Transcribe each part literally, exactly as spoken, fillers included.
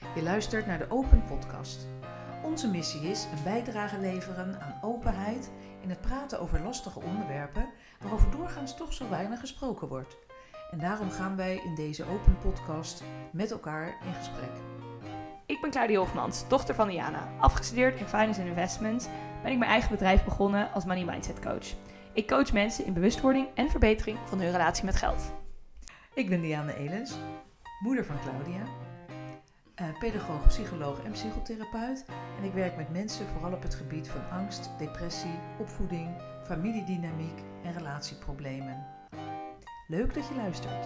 Je luistert naar de Open Podcast. Onze missie is een bijdrage leveren aan openheid in het praten over lastige onderwerpen waarover doorgaans toch zo weinig gesproken wordt. En daarom gaan wij in deze Open Podcast met elkaar in gesprek. Ik ben Claudia Hofmans, dochter van Diana. Afgestudeerd in Finance and Investments ben ik mijn eigen bedrijf begonnen als Money Mindset Coach. Ik coach mensen in bewustwording en verbetering van hun relatie met geld. Ik ben Diana Elens, moeder van Claudia, uh, pedagoog, psycholoog en psychotherapeut. En ik werk met mensen vooral op het gebied van angst, depressie, opvoeding, familiedynamiek en relatieproblemen. Leuk dat je luistert.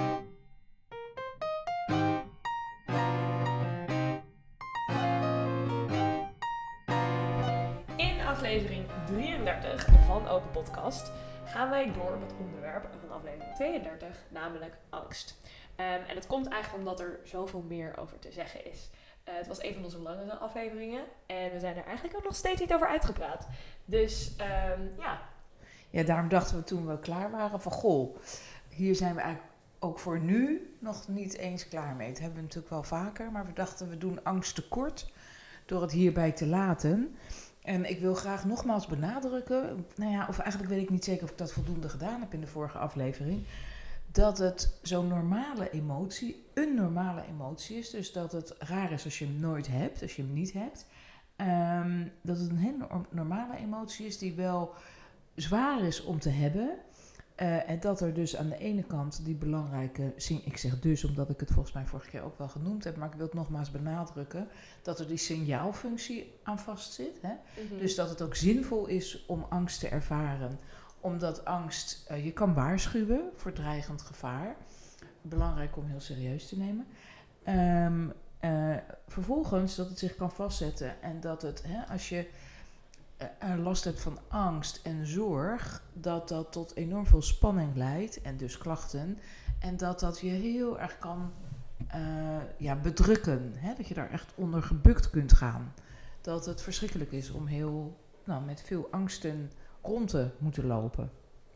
In aflevering drieëndertig van Open Podcast gaan wij door met het onderwerp van aflevering tweeëndertig, namelijk angst. Um, en het komt eigenlijk omdat er zoveel meer over te zeggen is. Uh, het was een van onze langere afleveringen en we zijn er eigenlijk ook nog steeds niet over uitgepraat. Dus um, ja. Ja, daarom dachten we toen we klaar waren van goh, hier zijn we eigenlijk ook voor nu nog niet eens klaar mee. Dat hebben we natuurlijk wel vaker, maar we dachten we doen angst tekort door het hierbij te laten. En ik wil graag nogmaals benadrukken, nou ja, of eigenlijk weet ik niet zeker of ik dat voldoende gedaan heb in de vorige aflevering, dat het zo'n normale emotie, een normale emotie is. Dus dat het raar is als je hem nooit hebt, als je hem niet hebt. Um, dat het een hele normale emotie is die wel zwaar is om te hebben. Uh, en dat er dus aan de ene kant die belangrijke, ik zeg dus omdat ik het volgens mij vorige keer ook wel genoemd heb, maar ik wil het nogmaals benadrukken, dat er die signaalfunctie aan vastzit. Hè? Mm-hmm. Dus dat het ook zinvol is om angst te ervaren. Omdat angst, uh, je kan waarschuwen voor dreigend gevaar. Belangrijk om heel serieus te nemen. Um, uh, vervolgens dat het zich kan vastzetten en dat het, hè, als je uh, last hebt van angst en zorg, dat dat tot enorm veel spanning leidt en dus klachten. En dat dat je heel erg kan uh, ja, bedrukken. Hè? Dat je daar echt onder gebukt kunt gaan. Dat het verschrikkelijk is om heel, nou, met veel angsten rond te moeten lopen.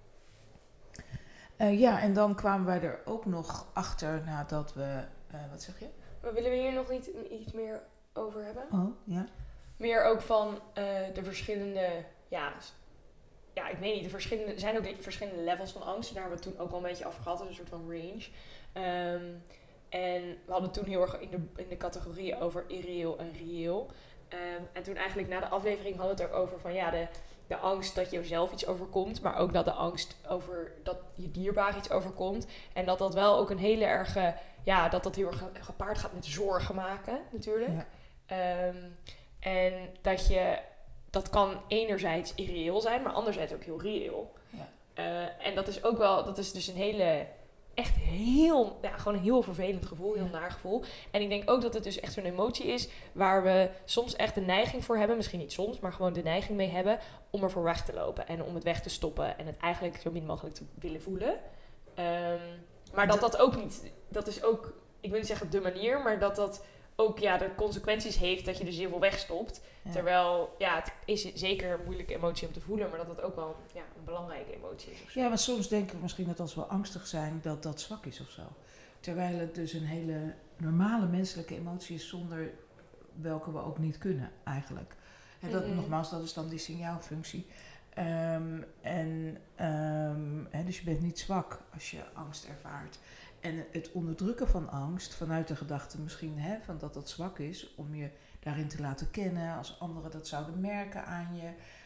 Uh, ja, en dan kwamen wij er ook nog achter nadat we, uh, wat zeg je? Maar willen we hier nog niet iets meer over hebben? Oh, ja. Meer ook van uh, de verschillende, ja, ja, ik weet niet, de verschillende, er zijn ook verschillende levels van angst. Daar hebben we het toen ook wel een beetje over gehad, een soort van range. Um, en we hadden toen heel erg in de, in de categorieën over irreëel en reëel. Um, en toen eigenlijk na de aflevering hadden we het erover van ja, de, de angst dat jezelf iets overkomt, maar ook dat de angst over dat je dierbaar iets overkomt. En dat dat wel ook een hele erge, ja, dat dat heel erg gepaard gaat met zorgen maken natuurlijk. Ja. Um, en dat je, dat kan enerzijds irreëel zijn, maar anderzijds ook heel reëel. Ja. Uh, en dat is ook wel, dat is dus een hele, echt heel, ja, gewoon een heel vervelend gevoel, heel ja. naar gevoel. En ik denk ook dat het dus echt zo'n emotie is waar we soms echt de neiging voor hebben, misschien niet soms, maar gewoon de neiging mee hebben om er voor weg te lopen en om het weg te stoppen en het eigenlijk zo min mogelijk te willen voelen. Um, maar dat dat ook niet, dat is ook, ik wil niet zeggen de manier, maar dat dat ook ja, de consequenties heeft dat je dus heel veel wegstopt. Ja. Terwijl, ja, het is zeker een moeilijke emotie om te voelen, maar dat het ook wel ja, een belangrijke emotie is. Ja, maar soms denken we misschien dat als we angstig zijn, dat dat zwak is of zo. Terwijl het dus een hele normale menselijke emotie is, zonder welke we ook niet kunnen, eigenlijk. En dat, mm-hmm. nogmaals, dat is dan die signaalfunctie. Um, en, um, hè, dus je bent niet zwak als je angst ervaart. En het onderdrukken van angst vanuit de gedachte misschien hè, van dat dat zwak is, om je daarin te laten kennen, als anderen dat zouden merken aan je.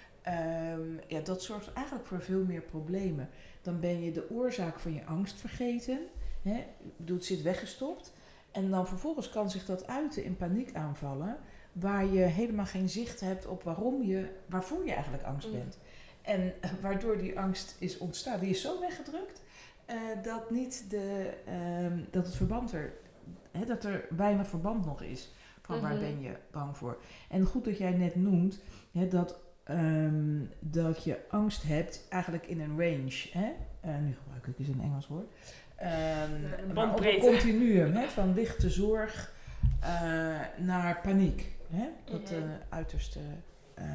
Um, ja, dat zorgt eigenlijk voor veel meer problemen. Dan ben je de oorzaak van je angst vergeten. Hè, ik bedoel, het zit weggestopt. En dan vervolgens kan zich dat uiten in paniekaanvallen, waar je helemaal geen zicht hebt op waarom je, waarvoor je eigenlijk angst bent. Mm. En uh, waardoor die angst is ontstaan. Die is zo weggedrukt. Uh, dat niet de, uh, dat het verband er, hè, dat er weinig verband nog is van mm-hmm. waar ben je bang voor. En goed dat jij net noemt hè, dat, um, dat je angst hebt eigenlijk in een range. Hè? Uh, nu gebruik ik eens een Engels woord. Um, maar op een continuum hè, van lichte zorg uh, naar paniek. Hè? Dat de mm-hmm. uiterste, uh,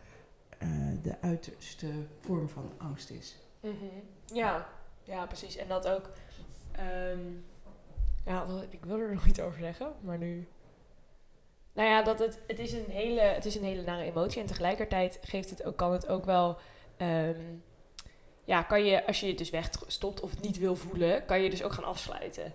uh, de uiterste vorm van angst is. Mm-hmm. Ja. Ja, precies. En dat ook... Um, ja, ik wil er nog iets over zeggen, maar nu Nou ja, dat het, het, is een hele, het is een hele nare emotie. En tegelijkertijd geeft het ook, kan het ook wel... Um, ja, kan je, als je het dus wegstopt of het niet wil voelen... kan je dus ook gaan afsluiten.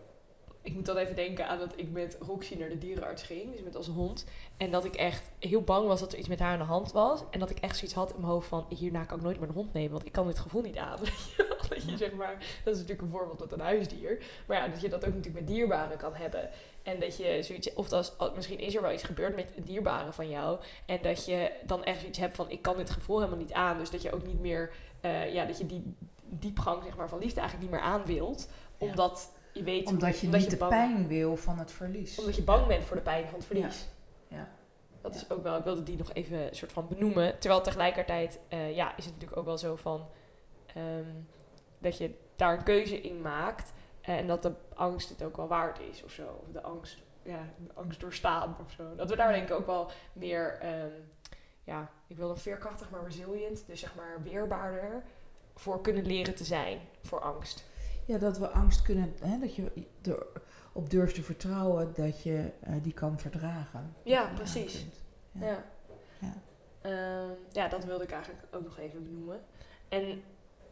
Ik moet dan even denken aan dat ik met Roxy naar de dierenarts ging. Dus met onze hond. En dat ik echt heel bang was dat er iets met haar aan de hand was. En dat ik echt zoiets had in mijn hoofd van... hierna kan ik nooit meer een hond nemen. Want ik kan dit gevoel niet aan. Dat je zeg maar... Dat is natuurlijk een voorbeeld met een huisdier. Maar ja, dat je dat ook natuurlijk met dierbaren kan hebben. En dat je zoiets... Of als, misschien is er wel iets gebeurd met een dierbare van jou. En dat je dan echt zoiets hebt van... ik kan dit gevoel helemaal niet aan. Dus dat je ook niet meer... Uh, ja, dat je die diepgang zeg maar, van liefde eigenlijk niet meer aan wilt. Omdat... Ja. Je weet, omdat je omdat niet je de pijn wil van het verlies. Omdat je bang bent voor de pijn van het verlies. Ja. Ja. Dat ja. is ook wel, ik wilde die nog even een soort van benoemen. Terwijl tegelijkertijd, uh, ja, is het natuurlijk ook wel zo van... Um, dat je daar een keuze in maakt. Uh, en dat de angst het ook wel waard is of zo. Of de angst, ja, de angst doorstaan of zo. Dat we daar denk ik ook wel meer, um, ja, ik wil dan veerkrachtig, maar resilient. Dus zeg maar weerbaarder voor kunnen leren te zijn voor angst. Ja, dat we angst kunnen, hè, dat je erop durft te vertrouwen dat je uh, die kan verdragen. Ja, precies. Ja. Ja. Ja. Uh, ja, dat wilde ik eigenlijk ook nog even benoemen. En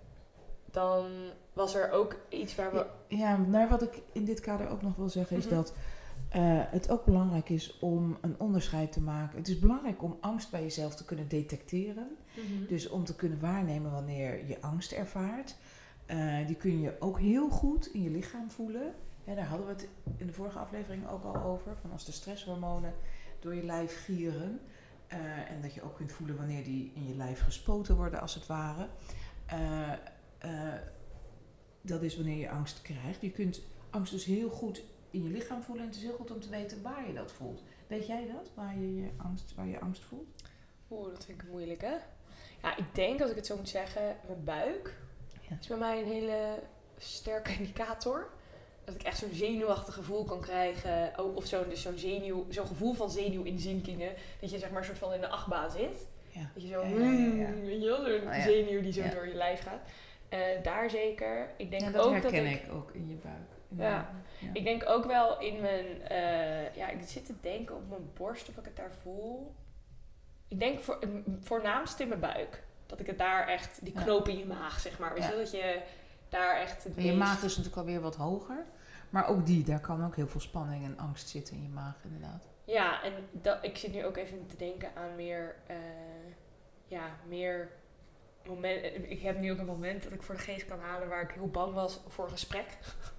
dan was er ook iets waar we... Ja, maar wat ik in dit kader ook nog wil zeggen is mm-hmm. dat uh, het ook belangrijk is om een onderscheid te maken. Het is belangrijk om angst bij jezelf te kunnen detecteren. Mm-hmm. Dus om te kunnen waarnemen wanneer je angst ervaart. Uh, die kun je ook heel goed in je lichaam voelen. Ja, daar hadden we het in de vorige aflevering ook al over. Van als de stresshormonen door je lijf gieren. Uh, en dat je ook kunt voelen wanneer die in je lijf gespoten worden als het ware. Uh, uh, dat is wanneer je angst krijgt. Je kunt angst dus heel goed in je lichaam voelen. En het is heel goed om te weten waar je dat voelt. Weet jij dat? Waar je, je, angst, waar je angst voelt? Oeh, dat vind ik moeilijk hè. Ja, ik denk als ik het zo moet zeggen, mijn buik... Dat is bij mij een hele sterke indicator. Dat ik echt zo'n zenuwachtig gevoel kan krijgen. Of zo'n, dus zo'n, zenuw, zo'n gevoel van zenuwinzinkingen. Dat je zeg maar een soort van in de achtbaan zit. Ja. Dat je zo, ja, ja, ja, ja. Weet je wel, zo'n oh, ja. zenuw die zo ja. door je lijf gaat. Uh, daar zeker. Ik denk ja, dat ook herken dat ik, ik ook in je buik. In ja. ja. Ik denk ook wel in mijn... Uh, ja, ik zit te denken op mijn borst of ik het daar voel. Ik denk voor, voornaamst in mijn buik. Dat ik het daar echt, die knoop in je maag, zeg maar. Weet je, ja. dat je daar echt... Het je meest... maag is natuurlijk alweer wat hoger. Maar ook die, daar kan ook heel veel spanning en angst zitten in je maag, inderdaad. Ja, en dat, ik zit nu ook even te denken aan meer... Uh, ja, meer... Moment, ik heb nu ook een moment dat ik voor de geest kan halen waar ik heel bang was voor een gesprek.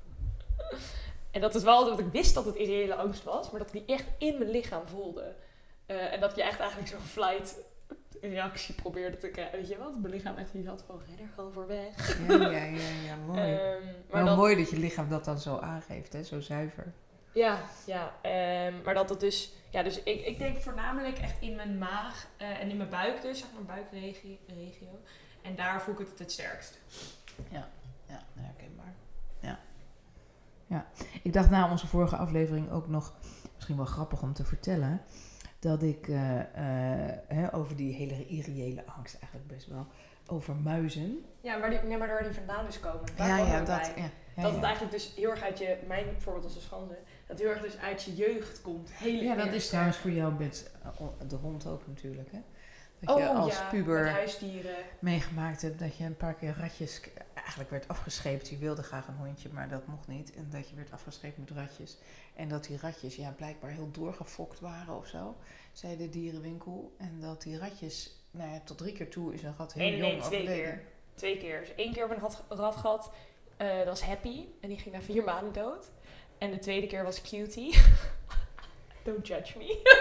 En dat is wel dat ik wist dat het irreële angst was, maar dat ik die echt in mijn lichaam voelde. Uh, en dat je echt eigenlijk zo'n flight... reactie probeerde te krijgen. Weet je wat? Mijn lichaam echt niet had van, ren er gewoon voor weg. Ja, ja, ja, ja mooi. Um, maar dat, mooi dat je lichaam dat dan zo aangeeft, hè? Zo zuiver. Ja, ja. Um, maar dat het dus... Ja, dus ik, ik denk voornamelijk echt in mijn maag uh, en in mijn buik dus, zeg maar buikregio. Regio. En daar voel ik het het sterkst. Ja, ja, herkenbaar. Ja. Ja. Ik dacht na onze vorige aflevering ook nog, misschien wel grappig om te vertellen... dat ik uh, uh, hè, over die hele irreële angst eigenlijk best wel, over muizen. Ja, maar, die, nee, maar waar die vandaan dus komen. Waar ja, ja, dat, ja, ja, dat ja. het eigenlijk dus heel erg uit je, mijn voorbeeld als een schande, dat heel erg dus uit je jeugd komt. Hele ja, dat is trouwens voor jou met de hond ook natuurlijk, hè? Dat je oh, als ja, puber met huisdieren meegemaakt hebt dat je een paar keer ratjes eigenlijk werd afgescheept. Je wilde graag een hondje, maar dat mocht niet. En dat je werd afgescheept met ratjes. En dat die ratjes ja, blijkbaar heel doorgefokt waren of zo, zei de dierenwinkel. En dat die ratjes, nou ja, tot drie keer toe is een rat heel nee, jong nee, twee overleden. Keer. Twee keer. Dus één keer hebben we een rat gehad, uh, dat was Happy. En die ging na vier maanden dood. En de tweede keer was Cutie. Don't judge me.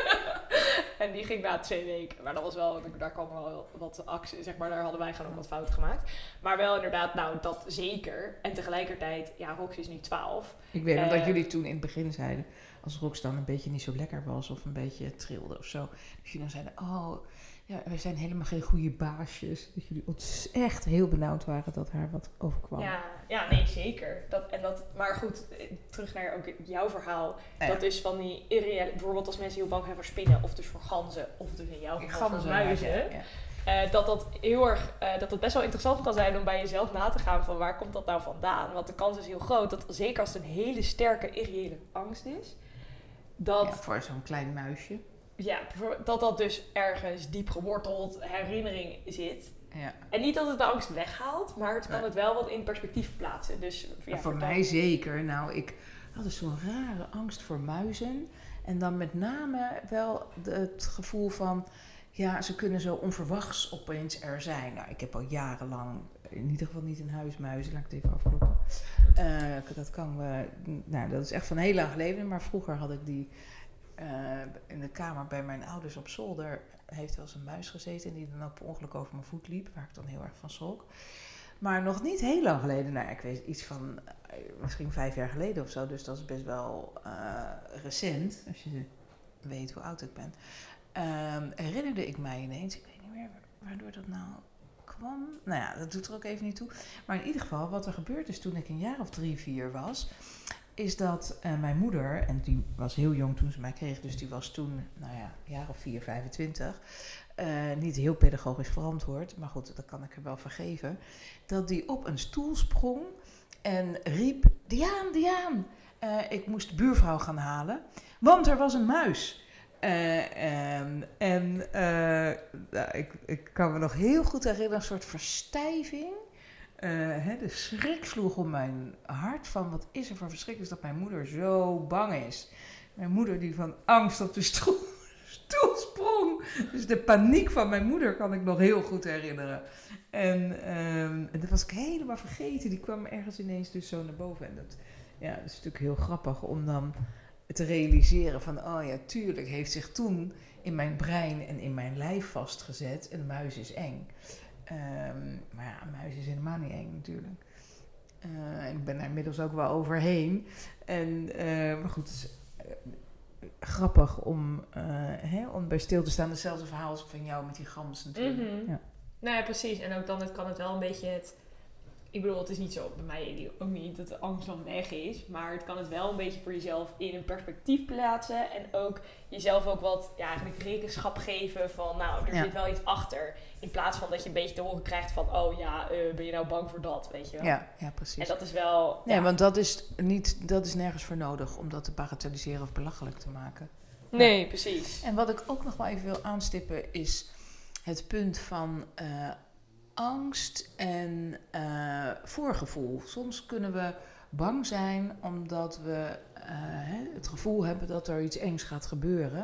En die ging na twee weken. Maar dat was wel, daar kwam wel wat actie, zeg maar, daar hadden wij gewoon ook wat fouten gemaakt. Maar wel inderdaad, nou, dat zeker. En tegelijkertijd, ja, Rox is nu twaalf. Ik weet nog uh, dat jullie toen in het begin zeiden, als Rox dan een beetje niet zo lekker was of een beetje trilde of zo. Dat jullie dan zeiden, oh, ja, wij zijn helemaal geen goede baasjes. Dat jullie ons echt heel benauwd waren dat haar wat overkwam. Ja, ja nee, zeker. Dat, en dat, maar goed, terug naar ook jouw verhaal. Ja. Dat is van die irreële, bijvoorbeeld als mensen heel bang zijn voor spinnen, of dus voor ganzen, of dus in jouw geval voor muizen. Ja, ja. Uh, dat dat heel erg, uh, dat het best wel interessant kan zijn om bij jezelf na te gaan van waar komt dat nou vandaan. Want de kans is heel groot dat zeker als het een hele sterke irreële angst is, dat... Ja, voor zo'n klein muisje. Ja, dat dat dus ergens diep geworteld herinnering zit. Ja. En niet dat het de angst weghaalt, maar het kan Nee. het wel wat in perspectief plaatsen. Dus, ja, voor vertel. mij zeker. Nou, ik had dus zo'n rare angst voor muizen. En dan met name wel de, het gevoel van... Ja, ze kunnen zo onverwachts opeens er zijn. Nou, ik heb al jarenlang, in ieder geval niet in huis muizen. Laat ik het even afkloppen. Uh, dat kan we... Nou, dat is echt van heel lang geleden. Maar vroeger had ik die... Uh, in de kamer bij mijn ouders op zolder heeft wel eens een muis gezeten... en die dan ook per ongeluk over mijn voet liep, waar ik dan heel erg van schrok. Maar nog niet heel lang geleden, nou ik weet iets van uh, misschien vijf jaar geleden of zo... dus dat is best wel uh, recent, als je weet hoe oud ik ben... Uh, herinnerde ik mij ineens, ik weet niet meer waardoor dat nou kwam... Nou ja, dat doet er ook even niet toe. Maar in ieder geval, wat er gebeurd is toen ik een jaar of drie, vier was... is dat uh, mijn moeder, en die was heel jong toen ze mij kreeg... dus die was toen, nou ja, een jaar of vier, vijfentwintig... Uh, niet heel pedagogisch verantwoord, maar goed, dat kan ik er wel vergeven... dat die op een stoel sprong en riep... Diaan, Diaan, uh, ik moest de buurvrouw gaan halen, want er was een muis... Uh, en en uh, nou, ik, ik kan me nog heel goed herinneren, een soort verstijving... Uh, he, de schrik sloeg om mijn hart van wat is er voor verschrikkelijks dat mijn moeder zo bang is. Mijn moeder die van angst op de stoel, stoel sprong. Dus de paniek van mijn moeder kan ik nog heel goed herinneren. En, um, en dat was ik helemaal vergeten. Die kwam ergens ineens dus zo naar boven. En dat, ja, dat is natuurlijk heel grappig om dan te realiseren van... oh ja, tuurlijk heeft zich toen in mijn brein en in mijn lijf vastgezet... een muis is eng. Um, maar ja, een muis is helemaal niet eng natuurlijk. Uh, en ik ben er inmiddels ook wel overheen. En, uh, maar goed, het is uh, grappig om, uh, hè, om bij stil te staan. Hetzelfde verhaal als van jou met die gams natuurlijk. Mm-hmm. Ja. Nou ja, precies. En ook dan het, kan het wel een beetje het... Ik bedoel, het is niet zo, bij mij ook niet, dat de angst dan weg is. Maar het kan het wel een beetje voor jezelf in een perspectief plaatsen. En ook jezelf ook wat, ja, eigenlijk rekenschap geven van, nou, er ja. zit wel iets achter. In plaats van dat je een beetje te horen krijgt van, oh ja, uh, ben je nou bang voor dat, weet je wel. Ja, ja, precies. En dat is wel... Nee, ja. want dat is, niet, dat is nergens voor nodig om dat te bagatelliseren of belachelijk te maken. Nee, ja. precies. En wat ik ook nog wel even wil aanstippen is het punt van... Uh, angst en uh, voorgevoel. Soms kunnen we bang zijn omdat we uh, het gevoel hebben dat er iets engs gaat gebeuren.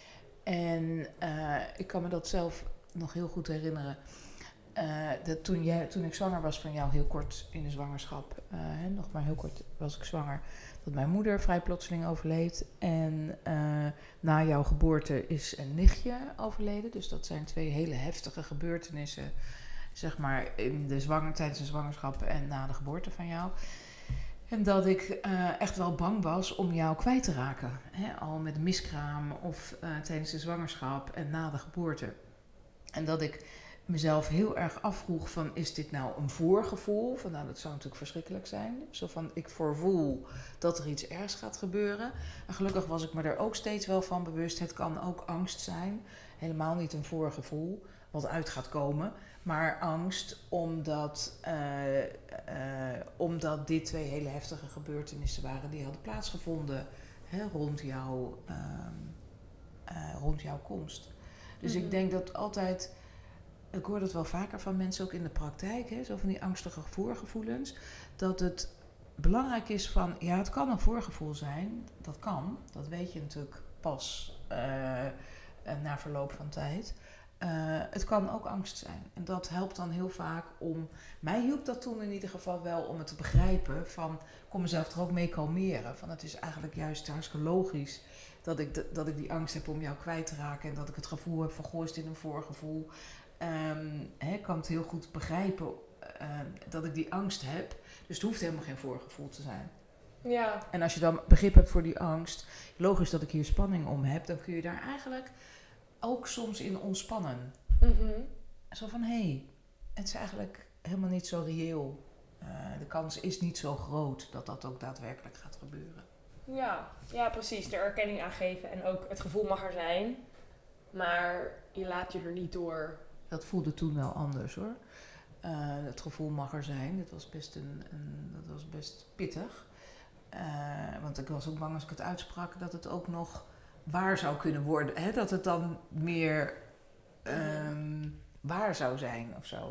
En uh, ik kan me dat zelf nog heel goed herinneren. Uh, dat toen, jij, toen ik zwanger was van jou, heel kort in de zwangerschap, uh, hè, nog maar heel kort was ik zwanger, dat mijn moeder vrij plotseling overleed. En uh, na jouw geboorte is een nichtje overleden. Dus dat zijn twee hele heftige gebeurtenissen, zeg maar, in de zwanger, tijdens de zwangerschap en na de geboorte van jou. En dat ik uh, echt wel bang was om jou kwijt te raken. Hè? Al met miskraam of uh, tijdens de zwangerschap en na de geboorte. En dat ik mezelf heel erg afvroeg van, is dit nou een voorgevoel? Van, nou, dat zou natuurlijk verschrikkelijk zijn. Zo van, ik voorvoel dat er iets ergs gaat gebeuren. En gelukkig was ik me er ook steeds wel van bewust. Het kan ook angst zijn. Helemaal niet een voorgevoel wat uit gaat komen. Maar angst omdat, uh, uh, omdat dit twee hele heftige gebeurtenissen waren die hadden plaatsgevonden, hè, rond, jou, uh, uh, rond jouw komst. Dus mm-hmm. ik denk dat altijd, ik hoor dat wel vaker van mensen ook in de praktijk, hè, zo van die angstige voorgevoelens, dat het belangrijk is van, ja, het kan een voorgevoel zijn, dat kan, dat weet je natuurlijk pas uh, na verloop van tijd. Uh, het kan ook angst zijn. En dat helpt dan heel vaak om... Mij hielp dat toen in ieder geval wel om het te begrijpen. Van, ik kon mezelf er ook mee kalmeren. Van, het is eigenlijk juist hartstikke logisch dat ik, de, dat ik die angst heb om jou kwijt te raken. En dat ik het gevoel heb van, goh, is dit een voorgevoel? Um, hè, ik kan het heel goed begrijpen uh, dat ik die angst heb. Dus het hoeft helemaal geen voorgevoel te zijn. Ja. En als je dan begrip hebt voor die angst... Logisch dat ik hier spanning om heb. Dan kun je daar eigenlijk... ook soms in ontspannen. Mm-hmm. Zo van, hé, hey, het is eigenlijk helemaal niet zo reëel. Uh, de kans is niet zo groot dat dat ook daadwerkelijk gaat gebeuren. Ja, ja, precies. De erkenning aangeven en ook het gevoel mag er zijn. Maar je laat je er niet door. Dat voelde toen wel anders hoor. Uh, het gevoel mag er zijn. Dat was best, een, een, dat was best pittig. Uh, want ik was ook bang als ik het uitsprak dat het ook nog waar zou kunnen worden. Hè? Dat het dan meer um, waar zou zijn of zo.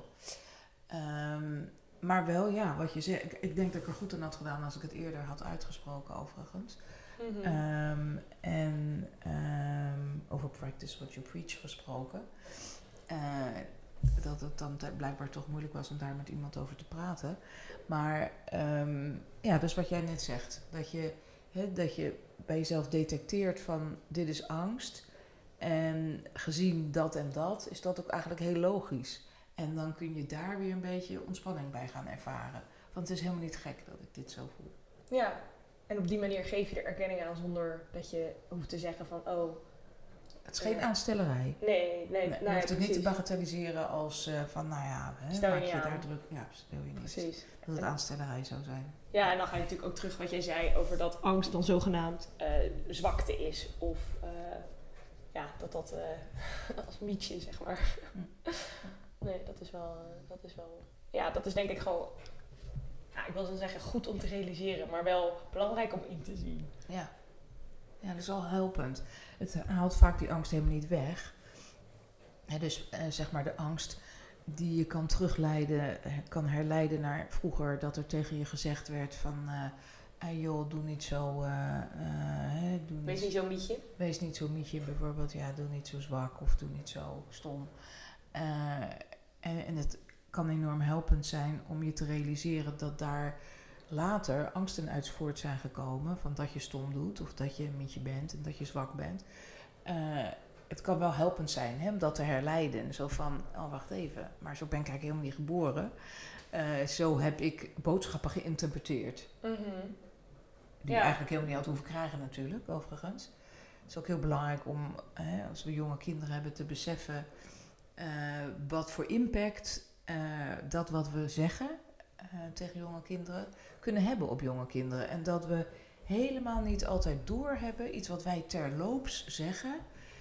Um, maar wel, ja, wat je zegt. Ik, ik denk dat ik er goed aan had gedaan als ik het eerder had uitgesproken, overigens. Mm-hmm. Um, en um, over practice what you preach gesproken. Uh, dat het dan t- blijkbaar toch moeilijk was om daar met iemand over te praten. Maar um, ja, dus wat jij net zegt. Dat je, he, dat je bij jezelf detecteert van dit is angst. En gezien dat en dat is dat ook eigenlijk heel logisch. En dan kun je daar weer een beetje ontspanning bij gaan ervaren. Want het is helemaal niet gek dat ik dit zo voel. Ja, en op die manier geef je er erkenning aan zonder dat je hoeft te zeggen van oh... Het is geen aanstellerij. Nee, nee, nee. nee je hoeft het niet te bagatelliseren als uh, van, nou ja, hè, stel maak je, je je daar druk. Ja, stel je niet. Precies. Dat het aanstellerij zou zijn. Ja, en dan ga je natuurlijk ook terug wat jij zei over dat angst dan zogenaamd uh, zwakte is. Of uh, ja, dat dat uh, als mietje, zeg maar. Hm. Nee, dat is wel, uh, dat is wel, ja, dat is denk ik gewoon, ja, ik wil zo zeggen goed om te realiseren, maar wel belangrijk om in te zien. Ja. Ja, dat is wel helpend. Het haalt vaak die angst helemaal niet weg. He, dus eh, zeg maar de angst die je kan terugleiden, kan herleiden naar vroeger dat er tegen je gezegd werd van... Uh, ah, joh, doe niet zo... Uh, uh, hè, doe wees niet, niet zo mietje. Wees niet zo mietje bijvoorbeeld. Ja, doe niet zo zwak of doe niet zo stom. Uh, en, en het kan enorm helpend zijn om je te realiseren dat daar... later angsten uit voort zijn gekomen van dat je stom doet of dat je een mietje bent en dat je zwak bent. Uh, het kan wel helpend zijn hè, om dat te herleiden. Zo van, oh wacht even, maar zo ben ik eigenlijk helemaal niet geboren. Uh, zo heb ik boodschappen geïnterpreteerd. Mm-hmm. Die ja. je eigenlijk helemaal niet had hoeven krijgen natuurlijk, overigens. Het is ook heel belangrijk om, hè, als we jonge kinderen hebben, te beseffen uh, wat voor impact uh, dat wat we zeggen... Uh, tegen jonge kinderen kunnen hebben op jonge kinderen. En dat we helemaal niet altijd doorhebben, iets wat wij terloops zeggen,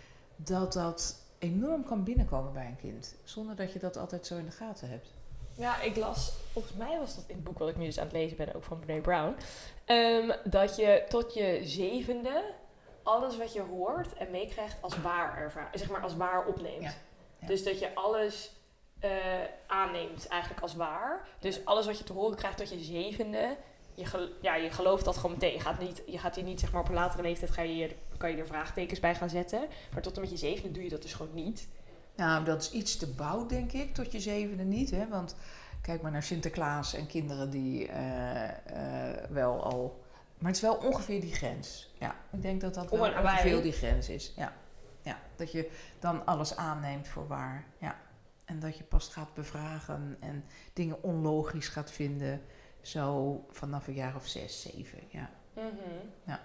dat dat enorm kan binnenkomen bij een kind. Zonder dat je dat altijd zo in de gaten hebt. Ja, ik las, volgens mij was dat in het boek wat ik nu dus aan het lezen ben, ook van Brené Brown, um, dat je tot je zevende alles wat je hoort en meekrijgt als waar ervaar, zeg maar als waar opneemt. Ja. Ja. Dus dat je alles... Uh, aanneemt eigenlijk als waar. Dus alles wat je te horen krijgt tot je zevende, je, gel- ja, je gelooft dat gewoon meteen. Je gaat, niet, je gaat hier niet, zeg maar, op een latere leeftijd ga je, kan je er vraagtekens bij gaan zetten. Maar tot en met je zevende doe je dat dus gewoon niet. Nou, dat is iets te bouw, denk ik, tot je zevende niet. Hè? Want kijk maar naar Sinterklaas en kinderen die uh, uh, wel al... Maar het is wel ongeveer die grens. Ja, ik denk dat dat wel ongeveer die grens is. Ja. Ja, dat je dan alles aanneemt voor waar. Ja. En dat je pas gaat bevragen en dingen onlogisch gaat vinden. Zo vanaf een jaar of zes, zeven. Ja. Mm-hmm. Ja.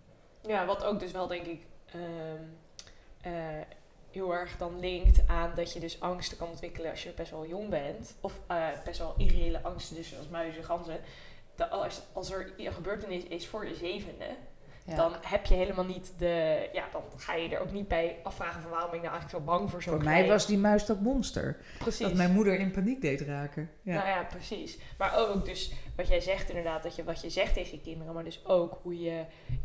Ja, wat ook dus wel denk ik um, uh, heel erg dan linkt aan dat je dus angsten kan ontwikkelen als je best wel jong bent. Of uh, best wel irreële angsten, dus zoals muizen, ganzen. Dat als, als er een gebeurtenis is voor je zevende... Ja. Dan heb je helemaal niet de... Ja, dan ga je er ook niet bij afvragen van waarom ben ik nou eigenlijk zo bang voor zo'n Voor klein... mij was die muis dat monster. Precies. Dat mijn moeder in paniek deed raken. Ja. Nou ja, precies. Maar ook dus wat jij zegt inderdaad, dat je wat je zegt tegen je kinderen, maar dus ook hoe je...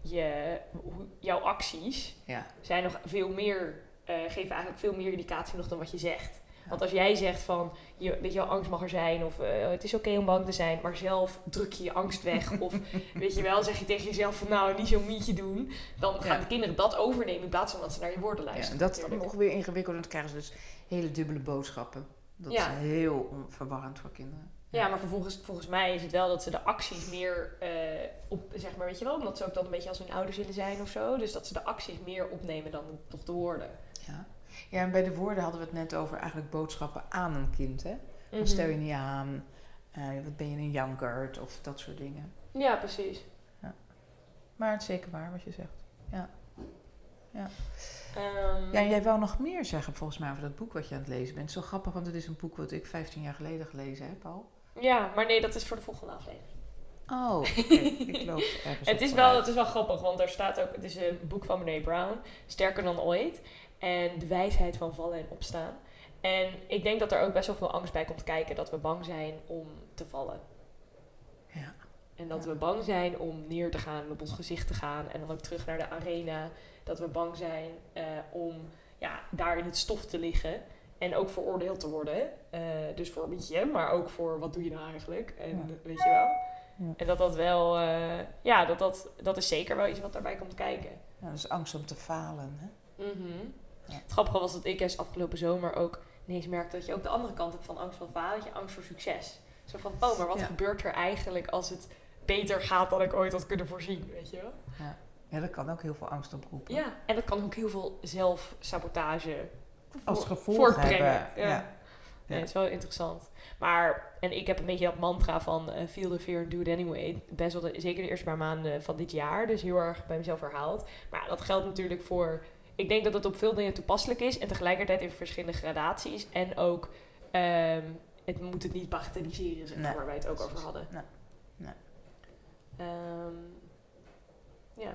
je hoe, jouw acties ja. zijn nog veel meer... Uh, geven eigenlijk veel meer indicatie nog dan wat je zegt. Want als jij zegt van, je, weet je wel, angst mag er zijn of uh, het is oké okay om bang te zijn, maar zelf druk je je angst weg of weet je wel, zeg je tegen jezelf van nou, niet zo'n mietje doen, dan gaan ja. de kinderen dat overnemen in plaats van dat ze naar je woorden luisteren. Ja, dat is nog weer ingewikkeld en dan krijgen ze dus hele dubbele boodschappen. Dat ja. is heel onverwarrend voor kinderen. Ja, maar vervolgens, volgens mij is het wel dat ze de acties meer uh, op, zeg maar, weet je wel, omdat ze ook dan een beetje als hun ouders willen zijn of zo, dus dat ze de acties meer opnemen dan nog de woorden. Ja. Ja, en bij de woorden hadden we het net over eigenlijk boodschappen aan een kind, hè? Mm-hmm. Stel je niet aan, uh, wat ben je een jankert of dat soort dingen. Ja, precies. Ja. Maar het is zeker waar wat je zegt. Ja. Ja. Um, ja, en jij wou nog meer zeggen volgens mij over dat boek wat je aan het lezen bent. Zo grappig, want het is een boek wat ik vijftien jaar geleden gelezen heb al. Ja, maar nee, dat is voor de volgende aflevering. Oh, okay. Ik loop ergens het, is wel, het is wel grappig, want er staat ook, het is een boek van Brené Brown, Sterker dan ooit. En de wijsheid van vallen en opstaan. En ik denk dat er ook best wel veel angst bij komt kijken dat we bang zijn om te vallen. Ja. En dat Ja. we bang zijn om neer te gaan en op ons gezicht te gaan. En dan ook terug naar de arena. Dat we bang zijn uh, om ja, daar in het stof te liggen. En ook veroordeeld te worden. Uh, dus voor een beetje, maar ook voor wat doe je nou eigenlijk. En Ja. weet je wel. Ja. En dat dat wel, uh, ja, dat, dat, dat is zeker wel iets wat daarbij komt kijken. Ja, dus angst om te falen. Hè? Mm-hmm. Ja. Het grappige was dat ik eens afgelopen zomer ook ineens merkte dat je ook de andere kant hebt van angst van falen. Dat je angst voor succes. Zo van, oh, maar wat Ja. gebeurt er eigenlijk als het beter gaat dan ik ooit had kunnen voorzien, weet je wel? Ja. Ja, dat kan ook heel veel angst oproepen. Ja, en dat kan ook heel veel zelfsabotage Als voor- gevolg voortbrengen. hebben. Ja. Ja. Ja, het is wel interessant. Maar, en ik heb een beetje dat mantra van uh, feel the fear and do it anyway. Best wel de, zeker de eerste paar maanden van dit jaar. Dus heel erg bij mezelf herhaald. Maar ja, dat geldt natuurlijk voor... Ik denk dat het op veel dingen toepasselijk is. En tegelijkertijd in verschillende gradaties. En ook, um, het moet het niet bagatelliseren, zeg maar, Nee. waar wij het ook over hadden. Nee. Nee. Um, ja.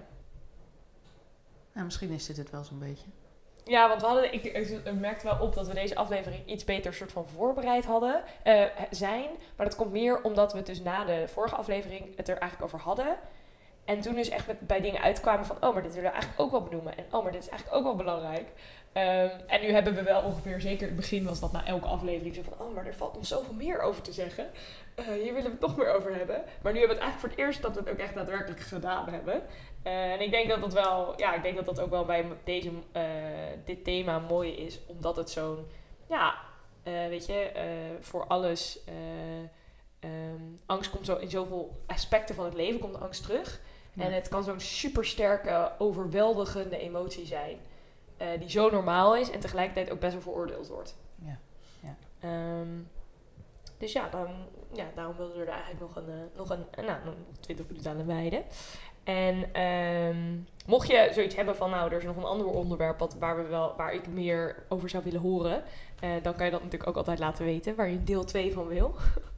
Nou, misschien is dit het wel zo'n beetje. Ja, want we hadden, ik, ik merkte wel op dat we deze aflevering iets beter soort van voorbereid hadden, uh, zijn. Maar dat komt meer omdat we het dus na de vorige aflevering het er eigenlijk over hadden. En toen dus echt met, bij dingen uitkwamen van, oh, maar dit willen we eigenlijk ook wel benoemen. En oh, maar dit is eigenlijk ook wel belangrijk. Um, en nu hebben we wel ongeveer, zeker het begin was dat na elke aflevering zo van, oh, maar er valt nog zoveel meer over te zeggen. Uh, hier willen we het nog meer over hebben. Maar nu hebben we het eigenlijk voor het eerst dat we het ook echt daadwerkelijk gedaan hebben. Uh, en ik denk dat dat wel, ja, ik denk dat dat ook wel bij deze, uh, dit thema mooi is. Omdat het zo'n, ja, uh, weet je, uh, voor alles, uh, um, angst komt zo in zoveel aspecten van het leven, komt de angst terug. Ja. En het kan zo'n supersterke, overweldigende emotie zijn. Uh, die zo normaal is en tegelijkertijd ook best wel veroordeeld wordt. Ja. Ja. Um, dus ja, dan, ja, daarom wilden we er eigenlijk nog een, uh, nog een, uh, nou, nog twintig minuten aan wijden. En um, mocht je zoiets hebben van, nou, er is nog een ander onderwerp wat, waar, we wel, waar ik meer over zou willen horen, uh, dan kan je dat natuurlijk ook altijd laten weten, waar je deel twee van wil.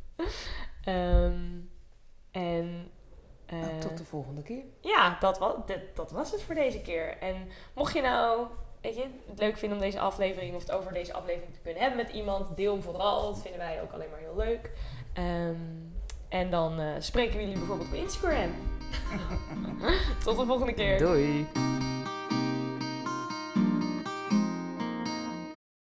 um, en... Uh, nou, tot de volgende keer. Ja, dat was, dat, dat was het voor deze keer. En mocht je nou, weet je, het leuk vinden om deze aflevering of het over deze aflevering te kunnen hebben met iemand, deel hem vooral. Dat vinden wij ook alleen maar heel leuk. Um, en dan uh, spreken we jullie bijvoorbeeld op Instagram. Tot de volgende keer. Doei.